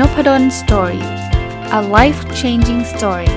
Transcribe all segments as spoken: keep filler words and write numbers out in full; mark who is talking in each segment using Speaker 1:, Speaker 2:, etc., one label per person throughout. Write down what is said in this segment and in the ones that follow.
Speaker 1: Noppadan Story. A life-changing story.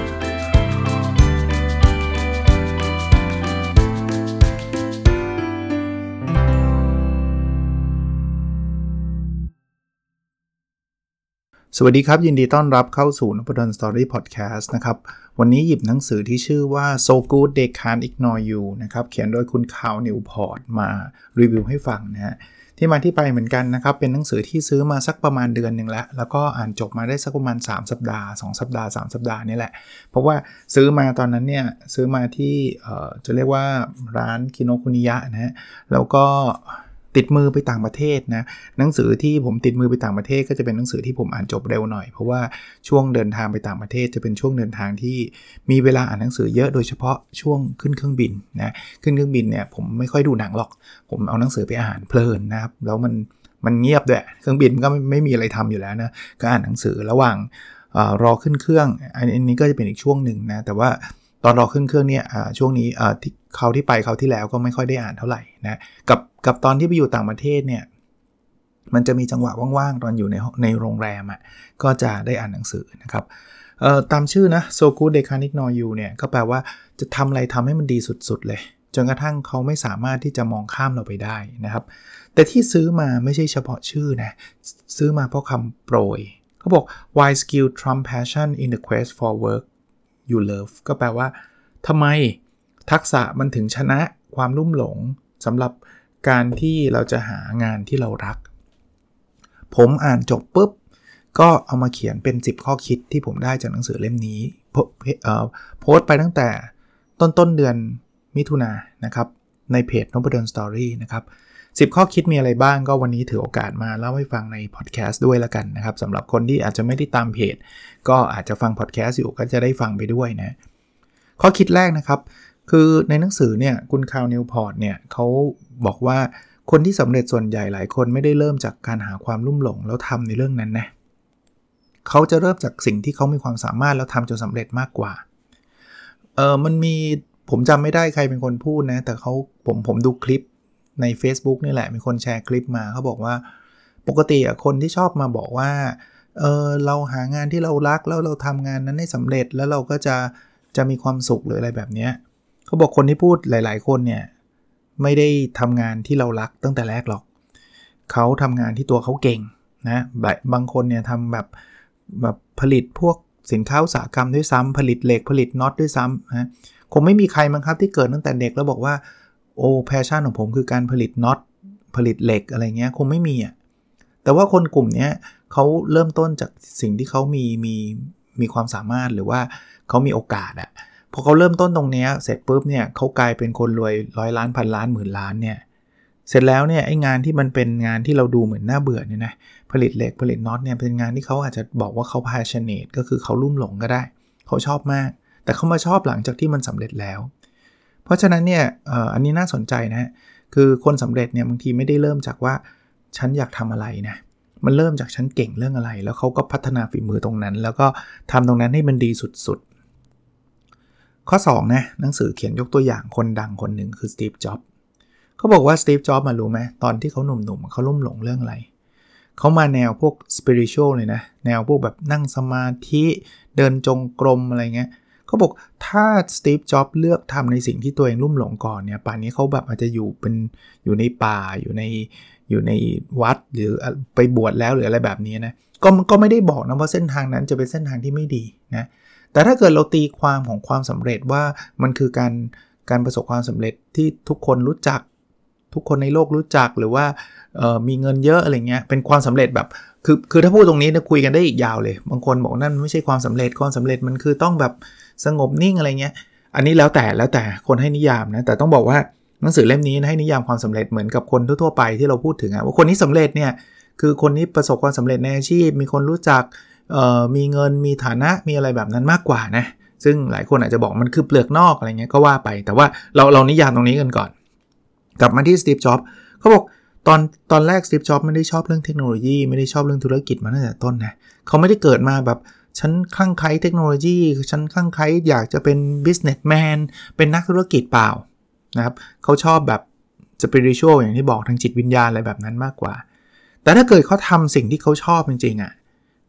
Speaker 2: สวัสดีครับยินดีต้อนรับเข้าสู่ Noppadan Story Podcast นะครับวันนี้หยิบหนังสือที่ชื่อว่า So Good They Can't Ignore You นะครับเขียนโดยคุณคาร์ล นิวพอร์ตมารีวิวให้ฟังนะฮะที่มาที่ไปเหมือนกันนะครับเป็นหนังสือที่ซื้อมาสักประมาณเดือนนึงแล้วแล้วก็อ่านจบมาได้สักประมาณสามสัปดาห์สองสัปดาห์สามสัปดาห์นี่แหละเพราะว่าซื้อมาตอนนั้นเนี่ยซื้อมาที่เอ่อจะเรียกว่าร้านคิโนคุนิยะนะฮะแล้วก็ติดมือไปต่างประเทศนะหนังสือที่ผมติดมือไปต่างประเทศก็จะเป็นหนังสือที่ผมอ่านจบเร็วหน่อยเพราะว่าช่วงเดินทางไปต่างประเทศจะเป็นช่วงเดินทางที่มีเวลาอ่านหนังสือเยอะโดยเฉพาะช่วงขึ้นเครื่องบินนะขึ้นเครื่องบินเนี่ยผมไม่ค่อยดูหนังหรอกผมเอาหนังสือไปอ่านเพลินนะครับแล้วมันมันเงียบด้วยเครื่องบินก็ไม่ไม่มีอะไรทำอยู่แล้วนะก็อ่านหนังสือระหว่างเอ่อรอขึ้นเครื่องอันนี้ก็จะเป็นอีกช่วงนึงนะแต่ว่าตอนรอขึ้นเครื่องเนี่ยช่วงนี้ที่เขาที่ไปเขาที่แล้วก็ไม่ค่อยได้อ่านเท่าไหร่นะกับกับตอนที่ไปอยู่ต่างประเทศเนี่ยมันจะมีจังหวะว่างๆตอนอยู่ในในโรงแรมอ่ะก็จะได้อ่านหนังสือนะครับเอ่อตามชื่อนะ So Good They Can't Ignore You เนี่ยก็แปลว่าจะทำอะไรทำให้มันดีสุดๆเลยจนกระทั่งเขาไม่สามารถที่จะมองข้ามเราไปได้นะครับแต่ที่ซื้อมาไม่ใช่เฉพาะชื่อนะซื้อมาเพราะคำโปรยเขาบอก Why skill trump passion in the quest for work you love ก็แปลว่าทำไมทักษะมันถึงชนะความลุ่มหลงสำหรับการที่เราจะหางานที่เรารักผมอ่านจบปุ๊บก็เอามาเขียนเป็นสิบข้อคิดที่ผมได้จากหนังสือเล่มนี้โพสต์ไปตั้งแต่ต้นต้นเดือนมิถุนายนนะครับในเพจ Noppadan Story นะครับสิบข้อคิดมีอะไรบ้างก็วันนี้ถือโอกาสมาเล่าให้ฟังในพอดแคสต์ด้วยละกันนะครับสำหรับคนที่อาจจะไม่ได้ตามเพจก็อาจจะฟังพอดแคสต์อยู่ก็จะได้ฟังไปด้วยนะข้อคิดแรกนะครับคือในหนังสือเนี่ยคุณคาร์ล นิวพอร์ตเนี่ยเขาบอกว่าคนที่สำเร็จส่วนใหญ่หลายคนไม่ได้เริ่มจากการหาความลุ่มหลงแล้วทำในเรื่องนั้นนะเขาจะเริ่มจากสิ่งที่เขามีความสามารถแล้วทำจนสำเร็จมากกว่าเออมันมีผมจำไม่ได้ใครเป็นคนพูดนะแต่เขาผมผมดูคลิปใน Facebook นี่แหละมีคนแชร์คลิปมาเขาบอกว่าปกติอะคนที่ชอบมาบอกว่าเออเราหางานที่เรารักแล้วเราทำงานนั้นให้สำเร็จแล้วเราก็จะจะมีความสุขหรืออะไรแบบนี้เขาบอกคนที่พูดหลายๆคนเนี่ยไม่ได้ทำงานที่เรารักตั้งแต่แรกหรอกเขาทำงานที่ตัวเขาเก่งนะบางคนเนี่ยทำแบบแบบผลิตพวกสินค้าอุตสาหกรรมด้วยซ้ำผลิตเหล็กผลิตน็อตด้วยซ้ำนะคงไม่มีใครมั้งครับที่เกิดตั้งแต่เด็กแล้วบอกว่าโอ้แพชชั่นของผมคือการผลิตน็อตผลิตเหล็กอะไรเงี้ยคงไม่มีอ่ะแต่ว่าคนกลุ่มนี้เขาเริ่มต้นจากสิ่งที่เขามีมีมีความสามารถหรือว่าเขามีโอกาสอ่ะพอเขาเริ่มต้นตรงนี้เสร็จปุ๊บเนี่ยเขากลายเป็นคนรวยร้อยล้านพันล้านหมื่นล้านเนี่ยเสร็จแล้วเนี่ยไอ้งานที่มันเป็นงานที่เราดูเหมือนน่าเบื่อเนี่ยนะผลิตเหล็กผลิตน็อตเนี่ยเป็นงานที่เขาอาจจะบอกว่าเขา passionate ก็คือเขาลุ่มหลงก็ได้เขาชอบมากแต่เขามาชอบหลังจากที่มันสำเร็จแล้วเพราะฉะนั้นเนี่ย อ, อันนี้น่าสนใจนะคือคนสำเร็จเนี่ยบางทีไม่ได้เริ่มจากว่าฉันอยากทำอะไรนะมันเริ่มจากฉันเก่งเรื่องอะไรแล้วเขาก็พัฒนาฝีมือตรงนั้นแล้วก็ทำตรงนั้นให้มันดีสุดๆข้อสองนะหนังสือเขียนยกตัวอย่างคนดังคนหนึ่งคือสตีฟ จ็อบส์เขาบอกว่าสตีฟ จ็อบส์มารู้ไหมตอนที่เขาหนุ่มๆเขาลุ่มหลงเรื่องอะไรเขามาแนวพวกสปิริชวลเลยนะแนวพวกแบบนั่งสมาธิเดินจงกรมอะไรเงี้ยเขาบอกถ้าสตีฟ จ็อบส์เลือกทำในสิ่งที่ตัวเองลุ่มหลงก่อนเนี่ยป่านนี้เขาแบบอาจจะอยู่เป็นอยู่ในป่าอยู่ในอยู่ในวัดหรือไปบวชแล้วหรืออะไรแบบนี้นะก็ก็ไม่ได้บอกนะว่าเส้นทางนั้นจะเป็นเส้นทางที่ไม่ดีนะแต่ถ้าเกิดเราตีความของความสำเร็จว่ามันคือการการประสบความสำเร็จที่ทุกคนรู้จักทุกคนในโลกรู้จักหรือว่าเอ่อมีเงินเยอะอะไรเงี้ยเป็นความสำเร็จแบบคือคือถ้าพูดตรงนี้นะคุยกันได้อีกยาวเลยบางคนบอกนั่นไม่ใช่ความสำเร็จความสำเร็จมันคือต้องแบบสงบนิ่งอะไรเงี้ยอันนี้แล้วแต่แล้วแต่คนให้นิยามนะแต่ต้องบอกว่าหนังสือเล่มนี้ให้นิยามความสำเร็จเหมือนกับคนทั่วๆไปที่เราพูดถึงอะว่าคนที่สำเร็จเนี่ยคือคนที่ประสบความสำเร็จในอาชีพมีคนรู้จักเอ่อมีเงินมีฐานะมีอะไรแบบนั้นมากกว่านะซึ่งหลายคนอาจจะบอกมันคือเปลือกนอกอะไรเงี้ยก็ว่าไปแต่ว่าเราเรานิยามตรงนี้กันก่อนกลับมาที่สตีฟ จ็อบส์เขาบอกตอนตอนแรกสตีฟ จ็อบส์ไม่ได้ชอบเรื่องเทคโนโลยีไม่ได้ชอบเรื่องธุรกิจมาตั้งแต่ต้นนะเขาไม่ได้เกิดมาแบบฉันคลั่งไคล้เทคโนโลยีฉันคลั่งไคล้อยากจะเป็น businessman เป็นนักธุรกิจเปล่านะครับเขาชอบแบบ spiritual อย่างที่บอกทางจิตวิญญาณอะไรแบบนั้นมากกว่าแต่ถ้าเกิดเขาทำสิ่งที่เขาชอบจริงๆอ่ะ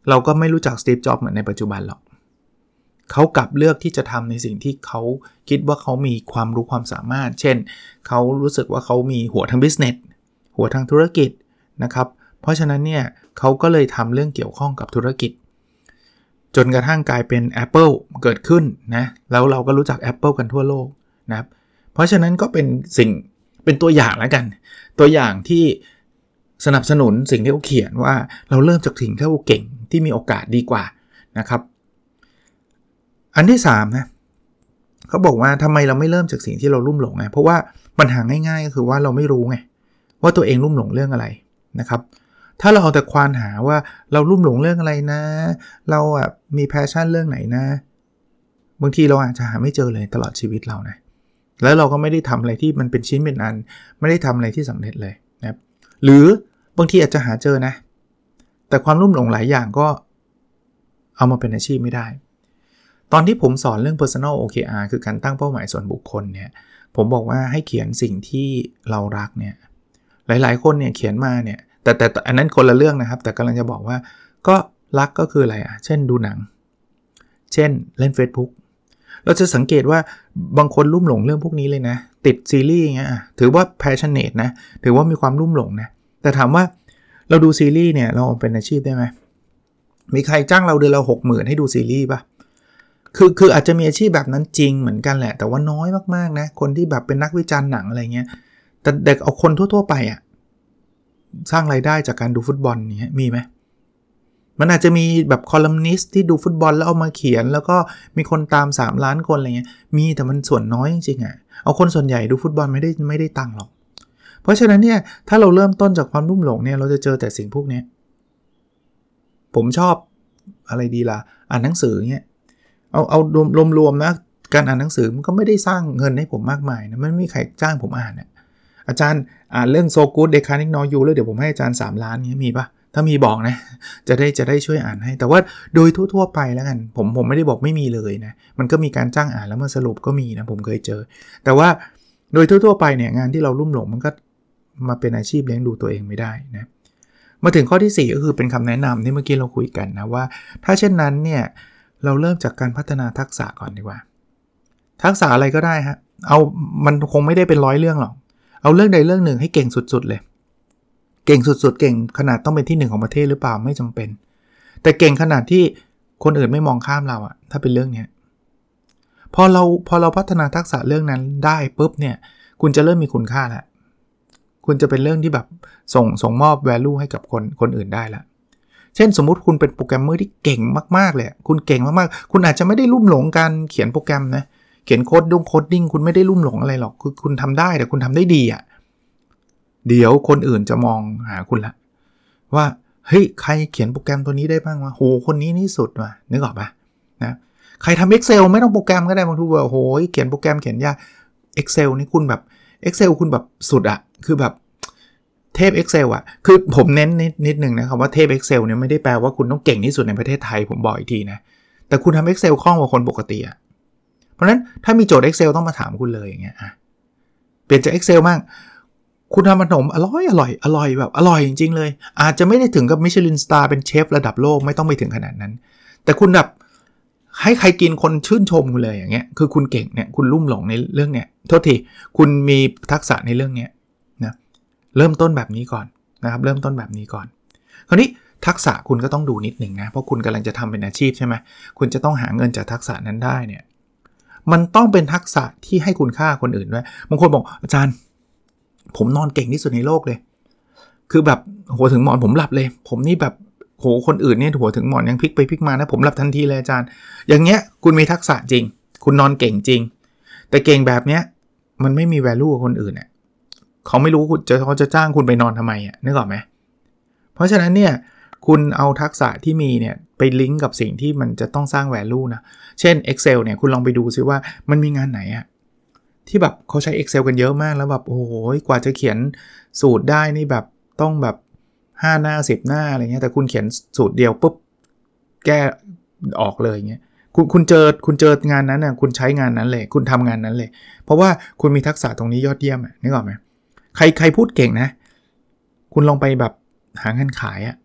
Speaker 2: เราก็ไม่รู้จักสตีฟจ็อบส์เหมือนในปัจจุบันหรอกเขากลับเลือกที่จะทำในสิ่งที่เขาคิดว่าเขามีความรู้ความสามารถเช่นเขารู้สึกว่าเขามีหัวทางบิสเนสหัวทางธุรกิจนะครับเพราะฉะนั้นเนี่ยเขาก็เลยทำเรื่องเกี่ยวข้องกับธุรกิจจนกระทั่งกลายเป็น Apple เกิดขึ้นนะแล้วเราก็รู้จัก Apple กันทั่วโลกนะครับเพราะฉะนั้นก็เป็นสิ่งเป็นตัวอย่างแล้วกันตัวอย่างที่สนับสนุนสิ่งที่เขาเขียนว่าเราเริ่มจากสิ่งที่เราเก่งที่มีโอกาสดีกว่านะครับอันที่สามนะเขาบอกว่าทำไมเราไม่เริ่มจากสิ่งที่เราลุ่มหลงไงเพราะว่าปัญหาง่ายๆก็คือว่าเราไม่รู้ไงว่าตัวเองลุ่มหลงเรื่องอะไรนะครับถ้าเราเอาแต่ควานหาว่าเราลุ่มหลงเรื่องอะไรนะเราอ่ะมีแพชชั่นเรื่องไหนนะบางทีเราอาจจะหาไม่เจอเลยตลอดชีวิตเรานะแล้วเราก็ไม่ได้ทำอะไรที่มันเป็นชิ้นเป็นอันไม่ได้ทำอะไรที่สำเร็จเลยนะครับหรือบางทีอาจจะหาเจอนะแต่ความลุ่มหลงหลายอย่างก็เอามาเป็นอาชีพไม่ได้ตอนที่ผมสอนเรื่อง personal โอ เค อาร์ คือการตั้งเป้าหมายส่วนบุคคลเนี่ยผมบอกว่าให้เขียนสิ่งที่เรารักเนี่ยหลายๆคนเนี่ยเขียนมาเนี่ยแต่แต่อันนั้นคนละเรื่องนะครับแต่กำลังจะบอกว่าก็รักก็คืออะไรอ่ะเช่นดูหนังเช่นเล่น Facebook เราจะสังเกตว่าบางคนลุ่มหลงเรื่องพวกนี้เลยนะติดซีรีส์อย่างเงี้ยถือว่า passionate นะถือว่ามีความลุ่มหลงนะแต่ถามว่าเราดูซีรีส์เนี่ยเราเอาเป็นอาชีพได้ไหมมีใครจ้างเราเดือนละ หกหมื่น ให้ดูซีรีส์ป่ะคือคืออาจจะมีอาชีพแบบนั้นจริงเหมือนกันแหละแต่ว่าน้อยมากๆนะคนที่แบบเป็นนักวิจารณ์หนังอะไรเงี้ยแต่เด็กเอาคนทั่วๆไปอ่ะสร้างรายได้จากการดูฟุตบอลเนี้ยมีไหมมันอาจจะมีแบบคอลัมนิสต์ที่ดูฟุตบอลแล้วเอามาเขียนแล้วก็มีคนตามสามล้านคนอะไรเงี้ยมีแต่มันส่วนน้อยจริงๆอ่ะเอาคนส่วนใหญ่ดูฟุตบอลไม่ได้ไม่ได้ตังค์หรอกเพราะฉะนั้นเนี่ยถ้าเราเริ่มต้นจากความลุ่มหลงเนี่ยเราจะเจอแต่สิ่งพวกนี้ผมชอบอะไรดีล่ะอ่านหนังสือเงี้ยเอาเอารวมๆนะการอ่านหนังสือมันก็ไม่ได้สร้างเงินให้ผมมากมายนะไม่มีใครจ้างผมอ่านเนี่ยอาจารย์อ่านเรื่อง So Good They Can't Ignore You แล้วเดี๋ยวผมให้อาจารย์สามล้านเงี้ยมีปะถ้ามีบอกนะจะได้จะได้ช่วยอ่านให้แต่ว่าโดยทั่วๆไปแล้วกันผมผมไม่ได้บอกไม่มีเลยนะมันก็มีการจ้างอ่านแล้วมาสรุปก็มีนะผมเคยเจอแต่ว่าโดยทั่วๆไปเนี่ยงานที่เราลุ่มหลงมันก็มาเป็นอาชีพเลี้ยงดูตัวเองไม่ได้นะมาถึงข้อที่สี่ก็คือเป็นคำแนะนำที่เมื่อกี้เราคุยกันนะว่าถ้าเช่นนั้นเนี่ยเราเริ่มจากการพัฒนาทักษะก่อนดีกว่าทักษะอะไรก็ได้ฮะเอามันคงไม่ได้เป็นร้อยเรื่องหรอกเอาเรื่องใดเรื่องหนึ่งให้เก่งสุดๆเลยเก่งสุดๆเก่งขนาดต้องเป็นที่หนึ่งของประเทศหรือเปล่าไม่จำเป็นแต่เก่งขนาดที่คนอื่นไม่มองข้ามเราอะถ้าเป็นเรื่องนี้พอเราพอเราพัฒนาทักษะเรื่องนั้นได้ปุ๊บเนี่ยคุณจะเริ่มมีคุณค่าแล้วคุณจะเป็นเรื่องที่แบบส่งส่งมอบ value ให้กับคนคนอื่นได้ละเช่นสมมุติคุณเป็นโปรแกรมเมอร์ที่เก่งมากๆเลยคุณเก่งมากๆคุณอาจจะไม่ได้ลุ่มหลงการเขียนโปรแกรมนะเขียนโค้ดดุ้งโคดดิ้งคุณไม่ได้ลุ่มหลงอะไรหรอกคือคุณทำได้แต่คุณทำได้ดีอ่ะเดี๋ยวคนอื่นจะมองหาคุณละว่าเฮ้ยใครเขียนโปรแกรมตัวนี้ได้บ้างวะโหคนนี้นี่สุดว่ะนึกออกปะนะใครทำ Excel ไม่ต้องโปรแกรมก็ได้บางทีว่าโหเขียนโปรแกรมเขียนยาก Excel นี่คุณแบบ Excel คุณแบบสุดอ่ะคือแบบเทพ Excel อ่ะคือผมเน้นนิดนิดนึงนะครับว่าเทพ Excel เนี่ยไม่ได้แปลว่าคุณต้องเก่งที่สุดในประเทศไทยผมบอกอีกทีนะแต่คุณทำ Excel คล่องกว่าคนปกติอ่ะเพราะฉะนั้นถ้ามีโจทย์ Excel ต้องมาถามคุณเลยอย่างเงี้ยอ่ะเปลี่ยนจาก Excel มั่งคุณทำขนมอร่อยอร่อยอร่อยแบบอร่อยจริงๆเลยอาจจะไม่ได้ถึงกับมิชลินสตาร์เป็นเชฟระดับโลกไม่ต้องไปถึงขนาดนั้นแต่คุณแบบให้ใครกินคนชื่นชมคุณเลยอย่างเงี้ยคือคุณเก่งเนี่ยคุณลุ่มหลงในเรื่องเนี้ยโทษทีคุณมีทักษะในเรื่องเนี้ยนะเริ่มต้นแบบนี้ก่อนนะครับเริ่มต้นแบบนี้ก่อนคราวนี้ทักษะคุณก็ต้องดูนิดหนึ่งนะเพราะคุณกำลังจะทำเป็นอาชีพใช่ไหมคุณจะต้องหาเงินจากทักษะนั้นได้เนี่ยมันต้องเป็นทักษะที่ให้คุณค่าคนอื่นด้วยบางคนบอกอาจารย์ผมนอนเก่งที่สุดในโลกเลยคือแบบหัวถึงหมอนผมหลับเลยผมนี่แบบโหคนอื่นเนี่ยหัวถึงหมอนยังพลิกไปพลิกมานะผมหลับทันทีเลยอาจารย์อย่างเงี้ยคุณมีทักษะจริงคุณนอนเก่งจริงแต่เก่งแบบเนี้ยมันไม่มี value กับคนอื่นเนี่ยเขาไม่รู้คุณจะเขาจะจ้างคุณไปนอนทำไมอ่ะนึกออกไหมเพราะฉะนั้นเนี่ยคุณเอาทักษะที่มีเนี่ยไปลิงก์กับสิ่งที่มันจะต้องสร้าง value นะเช่น Excel เนี่ยคุณลองไปดูซิว่ามันมีงานไหนอ่ะที่แบบเขาใช้ Excel กันเยอะมากแล้วแบบโอ้โหกว่าจะเขียนสูตรได้นี่แบบต้องแบบห้าหน้าสิบหน้าอะไรเงี้ยแต่คุณเขียนสูตรเดียวปุ๊บแก้ออกเลยเงี้ยคุณคุณเจอคุณเจองานนั้นน่ะคุณใช้งานนั้นเลยคุณทำงานนั้นเลยเพราะว่าคุณมีทักษะตรงนี้ยอดเยี่ยมอ่ะนึกออกไหมใครใครพูดเก่งนะคุณลองไปแบบหางานขายอ่ะ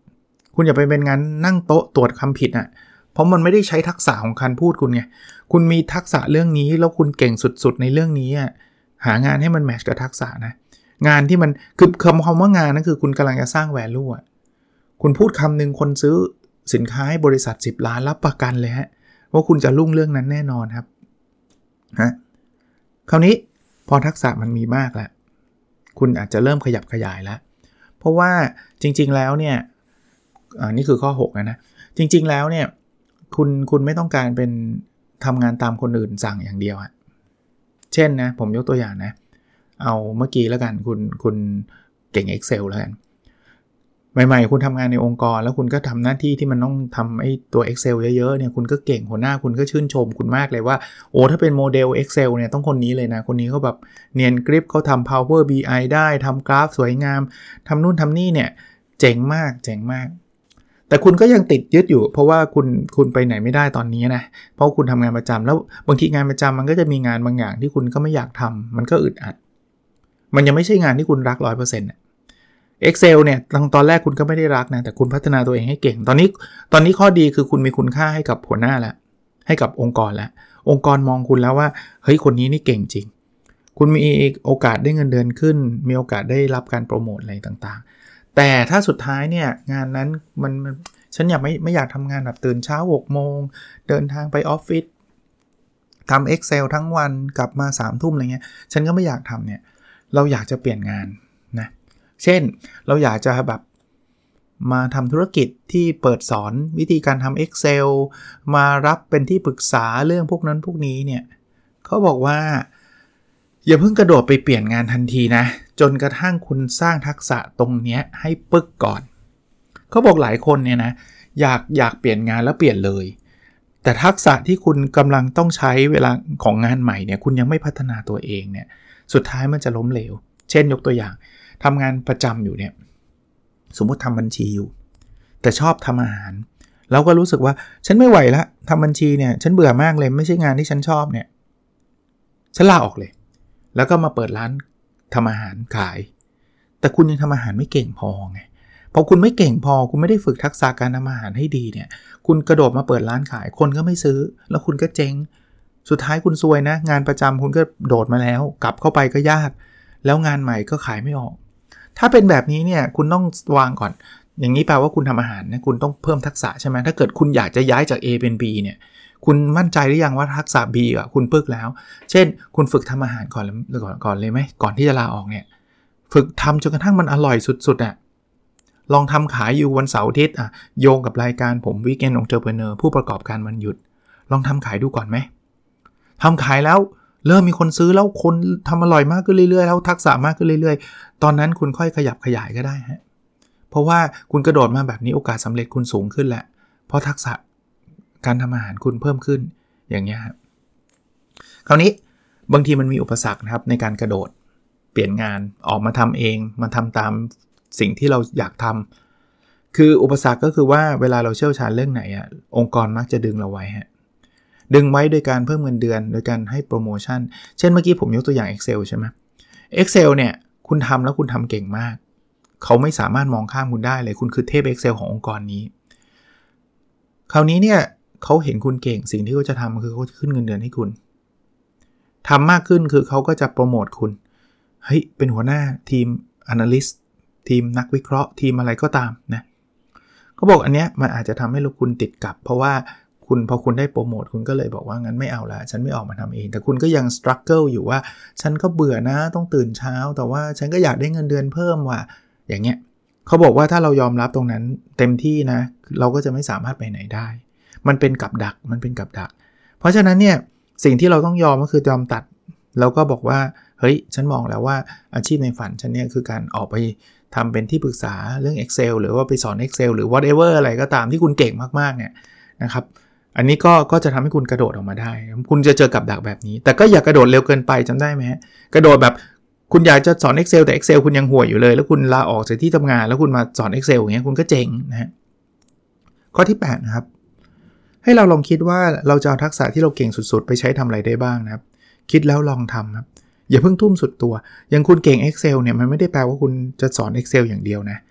Speaker 2: คุณอย่าไปเป็นงานนั่งโต๊ะตรวจคำผิดอ่ะเพราะมันไม่ได้ใช้ทักษะของการพูดคุณไงคุณมีทักษะเรื่องนี้แล้วคุณเก่งสุดๆในเรื่องนี้อ่ะหางานให้มันแมทช์กับทักษะนะงานที่มันคือคำคำว่างานนั่นคือคุณกำลังจะสร้าง value อ่ะคุณพูดคำหนึ่งคนซื้อสินค้าให้บริษัทสิบล้านรับประกันเลยฮะว่าคุณจะรุ่งเรื่องนั้นแน่นอนครับฮะคราวนี้พอทักษะมันมีมากแล้วคุณอาจจะเริ่มขยับขยายแล้วเพราะว่าจริงๆแล้วเนี่ยอ่านี่คือข้อหกนะนะจริงๆแล้วเนี่ยคุณคุณไม่ต้องการเป็นทำงานตามคนอื่นสั่งอย่างเดียวอะเช่นนะผมยกตัวอย่างนะเอาเมื่อกี้แล้วกันคุณคุณเก่ง Excel แล้วกันใหม่ๆคุณทำงานในองค์กรแล้วคุณก็ทำหน้าที่ที่มันต้องทำไอ้ตัว Excel เยอะๆเนี่ยคุณก็เก่งหัวหน้าคุณก็ชื่นชมคุณมากเลยว่าโอ้ถ้าเป็นโมเดล Excel เนี่ยต้องคนนี้เลยนะคนนี้เขาแบบเนียนกริปเขาทำ Power บี ไอ ได้ทำกราฟสวยงามทำนู่นทำนี่เนี่ยเจ๋งมากเจ๋งมากแต่คุณก็ยังติดยึดอยู่เพราะว่าคุณคุณไปไหนไม่ได้ตอนนี้นะเพราะคุณทำงานประจำแล้วบางทีงานประจำมันก็จะมีงานบางอย่างที่คุณก็ไม่อยากทำมันก็อึดอัดมันยังไม่ใช่งานที่คุณรัก ร้อยเปอร์เซ็นต์ น่ะ Excel เนี่ยตอนแรกคุณก็ไม่ได้รักนะแต่คุณพัฒนาตัวเองให้เก่งตอนนี้ตอนนี้ข้อดีคือคุณมีคุณค่าให้กับหัวหน้าแล้วให้กับองค์กรแล้วองค์กรมองคุณแล้วว่าเฮ้ยคนนี้นี่เก่งจริงคุณมีโอกาสได้เงินเดือนขึ้นมีโอกาสได้รับการโปรโมทอะไรต่างๆแต่ถ้าสุดท้ายเนี่ยงานนั้นมันฉันอยากไม่ไม่อยากทำงานแบบตื่นเช้าหกโมงเดินทางไปออฟฟิศทำ Excel ทั้งวันกลับมาสามทุ่มอะไรเงี้ยฉันก็ไม่อยากทำเนี่ยเราอยากจะเปลี่ยนงานนะเช่นเราอยากจะแบบมาทำธุรกิจที่เปิดสอนวิธีการทำ Excel มารับเป็นที่ปรึกษาเรื่องพวกนั้นพวกนี้เนี่ยเขาบอกว่าอย่าเพิ่งกระโดดไปเปลี่ยนงานทันทีนะจนกระทั่งคุณสร้างทักษะตรงนี้ให้ปึกก่อนเขาบอกหลายคนเนี่ยนะอยากอยากเปลี่ยนงานแล้วเปลี่ยนเลยแต่ทักษะที่คุณกำลังต้องใช้เวลาของงานใหม่เนี่ยคุณยังไม่พัฒนาตัวเองเนี่ยสุดท้ายมันจะล้มเหลวเช่นยกตัวอย่างทำงานประจำอยู่เนี่ยสมมติทำบัญชีอยู่แต่ชอบทำอาหารแล้วก็รู้สึกว่าฉันไม่ไหวแล้วทำบัญชีเนี่ยฉันเบื่อมากเลยไม่ใช่งานที่ฉันชอบเนี่ยฉันลาออกเลยแล้วก็มาเปิดร้านทำอาหารขายแต่คุณยังทำอาหารไม่เก่งพอไงพอคุณไม่เก่งพอคุณไม่ได้ฝึกทักษะการทำอาหารให้ดีเนี่ยคุณกระโดดมาเปิดร้านขายคนก็ไม่ซื้อแล้วคุณก็เจ๊งสุดท้ายคุณซวยนะงานประจำคุณก็โดดมาแล้วกลับเข้าไปก็ยากแล้วงานใหม่ก็ขายไม่ออกถ้าเป็นแบบนี้เนี่ยคุณต้องวางก่อนอย่างนี้แปลว่าคุณทำอาหารนะคุณต้องเพิ่มทักษะใช่ไหมถ้าเกิดคุณอยากจะย้ายจาก A เป็น B เนี่ยคุณมั่นใจหรือยังว่าทักษะ B อ่ะคุณปึกแล้วเช่นคุณฝึกทำอาหารก่อนก่อนก่อนเลยไหมก่อนที่จะลาออกเนี่ยฝึกทำจนกระทั่งมันอร่อยสุดๆอ่ะลองทำขายอยู่วันเสาร์อาทิตย์อ่ะโยงกับรายการผม Weekend Entrepreneur ผู้ประกอบการวันหยุดลองทำขายดูก่อนไหมทำขายแล้วเริ่มมีคนซื้อแล้วคนทำอร่อยมากขึ้นเรื่อยๆแล้วทักษะมากขึ้นเรื่อยๆตอนนั้นคุณค่อยขยับขยายก็ได้ฮะเพราะว่าคุณกระโดดมาแบบนี้โอกาสสำเร็จคุณสูงขึ้นแหละเพราะทักษะการทำอาหารคุณเพิ่มขึ้นอย่างเงี้ยครับคราวนี้บางทีมันมีอุปสรรคนะครับในการกระโดดเปลี่ยนงานออกมาทำเองมาทำตามสิ่งที่เราอยากทำคืออุปสรรคก็คือว่าเวลาเราเชี่ยวชาญเรื่องไหนอ่ะองค์กรมักจะดึงเราไว้ฮะดึงไว้โดยการเพิ่มเงินเดือนโดยการให้โปรโมชั่นเช่นเมื่อกี้ผมยกตัวอย่าง Excel ใช่ไหม Excel เนี่ยคุณทำแล้วคุณทำเก่งมากเขาไม่สามารถมองข้ามคุณได้เลยคุณคือเทพ Excel ขององค์กรนี้คราวนี้เนี่ยเขาเห็นคุณเก่งสิ่งที่เขาจะทำคือเขาจะขึ้นเงินเดือนให้คุณทำมากขึ้นคือเขาก็จะโปรโมทคุณเฮ้ยเป็นหัวหน้าทีม Analyst ทีมนักวิเคราะห์ทีมอะไรก็ตามนะเขาบอกอันเนี้ยมันอาจจะทำให้คุณติดกับเพราะว่าคุณพอคุณได้โปรโมทคุณก็เลยบอกว่างั้นไม่เอาละฉันไม่ออกมาทำเองแต่คุณก็ยังสตรักเกิลอยู่ว่าฉันก็เบื่อนะต้องตื่นเช้าแต่ว่าฉันก็อยากได้เงินเดือนเพิ่มว่ะอย่างเงี้ยเขาบอกว่าถ้าเรายอมรับตรงนั้นเต็มที่นะเราก็จะไม่สามารถไปไหนได้มันเป็นกับดักมันเป็นกับดักเพราะฉะนั้นเนี่ยสิ่งที่เราต้องยอมก็คือยอมตัดแล้วก็บอกว่าเฮ้ยฉันมองแล้วว่าอาชีพในฝันฉันเนี่ยคือการออกไปทำเป็นที่ปรึกษาเรื่อง Excel หรือว่าไปสอน Excel หรือ whatever อะไรก็ตามที่คุณเก่งมากๆเนี่ยนะครับอันนี้ก็ก็จะทำให้คุณกระโดดออกมาได้คุณจะเจอกับดักแบบนี้แต่ก็อย่ากระโดดเร็วเกินไปจำได้ไหมฮะกระโดดแบบคุณอยากจะสอน Excel แต่ Excel คุณยังห่วยอยู่เลยแล้วคุณลาออกจากที่ทำงานแล้วคุณมาสอน Excel อย่างเงี้ยคุณก็เจ๊งนะฮะข้อที่แปดนะครับให้เราลองคิดว่าเราจะเอาทักษะที่เราเก่งสุดๆไปใช้ทำอะไรได้บ้างนะครับคิดแล้วลองทำครับอย่าเพิ่งทุ่มสุดตัวอย่างคุณเก่ง Excel เนี่ยมันไม่ได้แปลว่าคุณจะสอน Excel อย่างเดียวนะ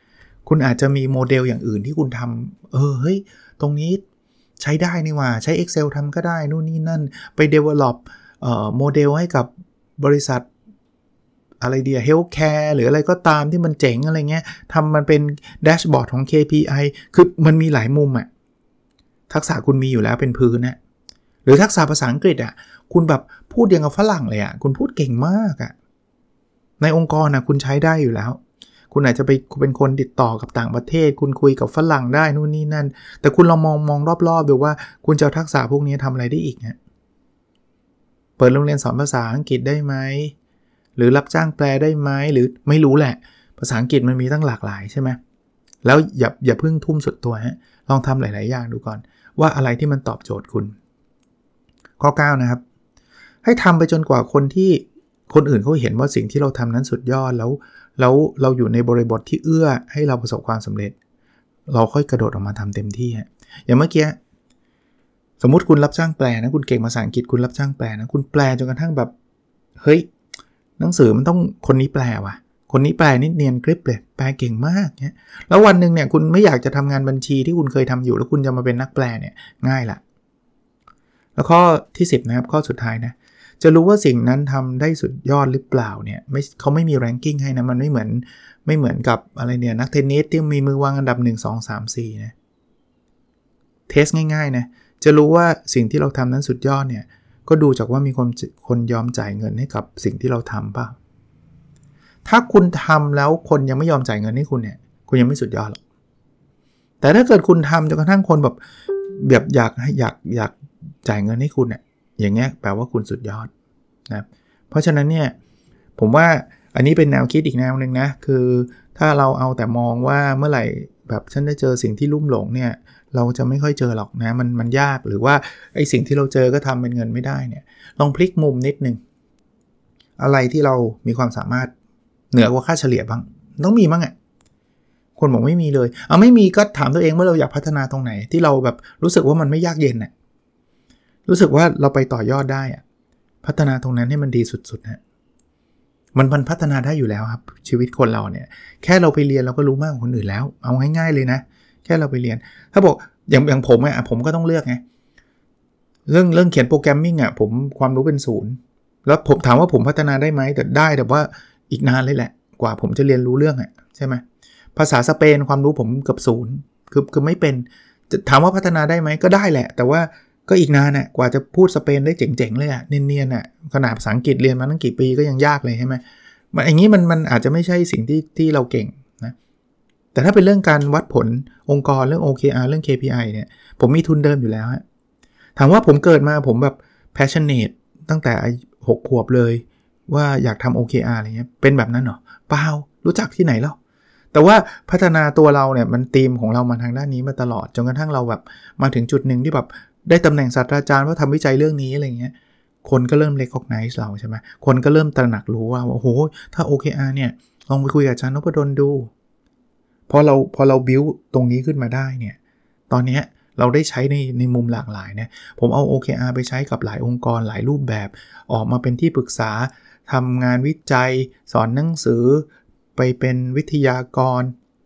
Speaker 2: คุณอาจจะมีโมเดลอย่างอื่นที่คุณทำเออเฮ้ยตรงนี้ใช้ได้นี่ว่าใช้ Excel ทำก็ได้นู่นนี่นั่นไป develop เอ่อโมเดลให้กับบริษัทอะไรเดีย healthcare หรืออะไรก็ตามที่มันเจ๋งอะไรเงี้ยทำมันเป็นแดชบอร์ดของ เค พี ไอ คือมันมีหลายมุมอะทักษะคุณมีอยู่แล้วเป็นพื้นนะหรือทักษะภาษาอังกฤษอะคุณแบบพูดอย่างกับฝรั่งเลยอะคุณพูดเก่งมากอะในองค์กรนะคุณใช้ได้อยู่แล้วคุณอาจจะไปเป็นคนติดต่อกับต่างประเทศคุณคุยกับฝรั่งได้นู่นนี่นั่นแต่คุณลองมองมองรอบๆดูว่าคุณจะเอาทักษะพวกนี้ทำอะไรได้อีกฮะเปิดโรงเรียนสอนภาษาอังกฤษได้ไหมหรือรับจ้างแปลได้ไหมหรือไม่รู้แหละภาษาอังกฤษมันมีตั้งหลากหลายใช่ไหมแล้วอย่าอย่าเพิ่งทุ่มสุดตัวฮะลองทำหลายๆอย่างดูก่อนว่าอะไรที่มันตอบโจทย์คุณข้อเก้านะครับให้ทำไปจนกว่าคนที่คนอื่นเขาเห็นว่าสิ่งที่เราทำนั้นสุดยอดแล้วแล้วเราอยู่ในบริบทที่เอื้อให้เราประสบความสำเร็จเราค่อยกระโดดออกมาทำเต็มที่ฮะอย่างเมื่อกี้สมมุติคุณรับจ้างแปลนะคุณเก่งภาษาอังกฤษคุณรับจ้างแปลนะคุณแปลจนกระทั่งแบบเฮ้ยหนังสือมันต้องคนนี้แปลว่ะคนนี้แปลนิดเนียนกริบเลยแปลเก่งมากเนี่ยแล้ววันนึงเนี่ยคุณไม่อยากจะทำงานบัญชีที่คุณเคยทำอยู่แล้วคุณจะมาเป็นนักแปลเนี่ยง่ายละแล้วข้อที่สิบนะครับข้อสุดท้ายนะจะรู้ว่าสิ่งนั้นทำได้สุดยอดหรือเปล่าเนี่ยไม่เขาไม่มีแรงกิ้งให้นะมันไม่เหมือนไม่เหมือนกับอะไรเนี่ยนักเทนนิสที่มีมือวางอันดับหนึ่ง สอง สาม สี่นะเทสง่ายๆนะจะรู้ว่าสิ่งที่เราทำนั้นสุดยอดเนี่ยก็ดูจากว่ามีคนคนยอมจ่ายเงินให้กับสิ่งที่เราทำป่ะถ้าคุณทำแล้วคนยังไม่ยอมจ่ายเงินให้คุณเนี่ยคุณยังไม่สุดยอดหรอกแต่ถ้าเกิดคุณทำจนกระทั่งคนแบบแบบอยากให้อยากอยากจ่ายเงินให้คุณเนี่ยอย่างเงี้ยแปลว่าคุณสุดยอดนะเพราะฉะนั้นเนี่ยผมว่าอันนี้เป็นแนวคิดอีกแนวนึงนะคือถ้าเราเอาแต่มองว่าเมื่อไหร่แบบฉันได้เจอสิ่งที่ลุ่มหลงเนี่ยเราจะไม่ค่อยเจอหรอกนะมันมันยากหรือว่าไอ้สิ่งที่เราเจอก็ทำเป็นเงินไม่ได้เนี่ยลองพลิกมุมนิดนึงอะไรที่เรามีความสามารถเหนือกว่าค่าเฉลี่ยบ้างต้องมีบ้างอ่ะคนบอกไม่มีเลยเอาไม่มีก็ถามตัวเองว่าเราอยากพัฒนาตรงไหนที่เราแบบรู้สึกว่ามันไม่ยากเย็นน่ะรู้สึกว่าเราไปต่อยอดได้อ่ะพัฒนาตรงนั้นให้มันดีสุดๆฮะมันมันพัฒนาได้อยู่แล้วครับชีวิตคนเราเนี่ยแค่เราไปเรียนเราก็รู้มากกว่าคนอื่นแล้วเอาง่ายๆเลยนะแค่เราไปเรียนถ้าบอกอย่างอย่างผมอ่ะผมก็ต้องเลือกไงเรื่องเรื่องเขียนโปรแกรมมิ่งอ่ะผมความรู้เป็นศูนย์แล้วผมถามว่าผมพัฒนาได้ไหมแต่ได้แต่ว่าอีกนานเลยแหละกว่าผมจะเรียนรู้เรื่องอ่ะใช่ไหมภาษาสเปนความรู้ผมเกือบศูนย์คือคือไม่เป็นถามว่าพัฒนาได้ไหมก็ได้แหละแต่ว่าก็อีกนานน่ะกว่าจะพูดสเปนได้เจ๋งๆเลยอ่ะเนียนๆน่ะขนาดภาษาอังกฤษเรียนมาตั้งกี่ปีก็ยังยากเลยใช่ไหมมันอย่างนี้มันมันอาจจะไม่ใช่สิ่งที่ที่เราเก่งนะแต่ถ้าเป็นเรื่องการวัดผลองค์กรเรื่อง โอ เค อาร์ เรื่อง เค พี ไอ เนี่ยผมมีทุนเดิมอยู่แล้วฮะถามว่าผมเกิดมาผมแบบ passionate ตั้งแต่หกขวบเลยว่าอยากทำ โอ เค อาร์ อะไรเงี้ยเป็นแบบนั้นเหรอเปล่ารู้จักที่ไหนแล้วแต่ว่าพัฒนาตัวเราเนี่ยมันธีมของเรามาทางด้านนี้มาตลอดจนกระทั่งเราแบบมาถึงจุดนึงที่แบบได้ตำแหน่งศาสตราจารย์ว่าทำวิจัยเรื่องนี้อะไรเงี้ยคนก็เริ่ม recognize เราใช่ไหมคนก็เริ่มตระหนักรู้ว่าโอ้โหถ้า โอ เค อาร์ เนี่ยลองไปคุยกับอาจารย์นพดลดูพอเราพอเรา build ตรงนี้ขึ้นมาได้เนี่ยตอนนี้เราได้ใช้ในในมุมหลากหลายเนี่ยผมเอา โอ เค อาร์ ไปใช้กับหลายองค์กรหลายรูปแบบออกมาเป็นที่ปรึกษาทำงานวิจัยสอนหนังสือไปเป็นวิทยากร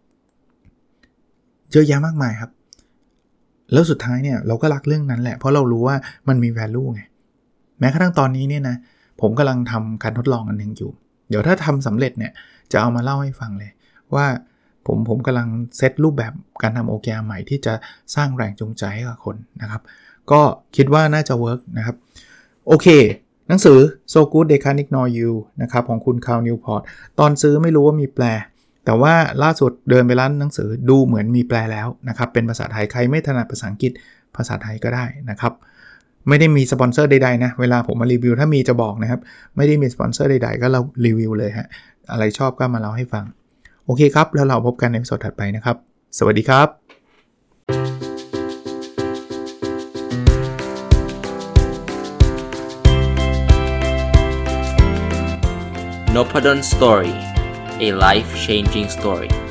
Speaker 2: เยอะแยะมากมายครับแล้วสุดท้ายเนี่ยเราก็รักเรื่องนั้นแหละเพราะเรารู้ว่ามันมี value ไงแม้กระทั่งตอนนี้เนี่ยนะผมกำลังทำการทดลองอันหนึ่งอยู่เดี๋ยวถ้าทำสำเร็จเนี่ยจะเอามาเล่าให้ฟังเลยว่าผมผมกำลังเซตรูปแบบการทำ โอ เค อาร์ ใหม่ที่จะสร้างแรงจูงใจให้กับคนนะครับก็คิดว่าน่าจะเวิร์กนะครับโอเคหนังสือ So Good They Can't Ignore You นะครับของคุณคาร์ล นิวพอร์ตตอนซื้อไม่รู้ว่ามีแปลแต่ว่าล่าสุดเดินไปร้านหนังสือดูเหมือนมีแปลแล้วนะครับเป็นภาษาไทยใครไม่ถนัดภาษาอังกฤษภาษาไทยก็ได้นะครับไม่ได้มีสปอนเซอร์ใดๆนะเวลาผมมารีวิวถ้ามีจะบอกนะครับไม่ได้มีสปอนเซอร์ใดๆก็เรารีวิวเลยฮะอะไรชอบก็มาเล่าให้ฟังโอเคครับแล้วเราพบกันในตอนถัดไปนะครับสวัสดีครับ
Speaker 3: Noppadan Story, a life-changing story.